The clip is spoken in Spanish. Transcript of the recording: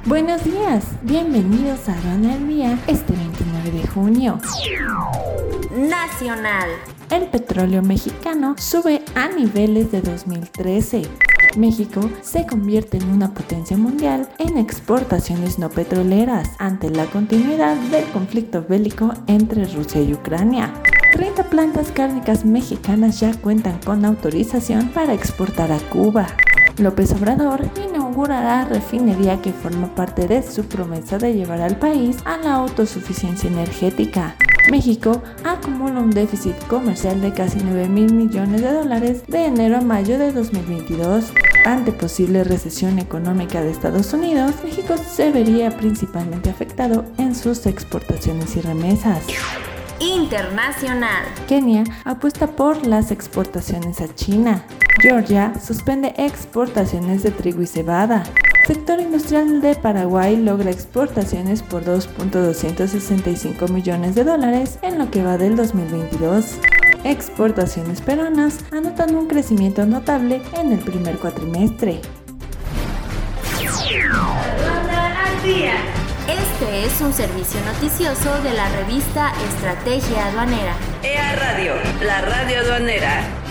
Buenos días, bienvenidos a Aduana al Día este 29 de junio. Nacional. El petróleo mexicano sube a niveles de 2013. México se convierte en una potencia mundial en exportaciones no petroleras ante la continuidad del conflicto bélico entre Rusia y Ucrania. 30 plantas cárnicas mexicanas ya cuentan con autorización para exportar a Cuba. López Obrador inaugurará refinería que forma parte de su promesa de llevar al país a la autosuficiencia energética. México acumula un déficit comercial de casi $9,000 millones de enero a mayo de 2022. Ante posible recesión económica de Estados Unidos, México se vería principalmente afectado en sus exportaciones y remesas. Internacional. Kenia apuesta por las exportaciones a China. Georgia suspende exportaciones de trigo y cebada. Sector industrial de Paraguay logra exportaciones por $2.265 millones en lo que va del 2022. Exportaciones peruanas anotan un crecimiento notable en el primer cuatrimestre. Este es un servicio noticioso de la revista Estrategia Aduanera. EA Radio, la radio aduanera.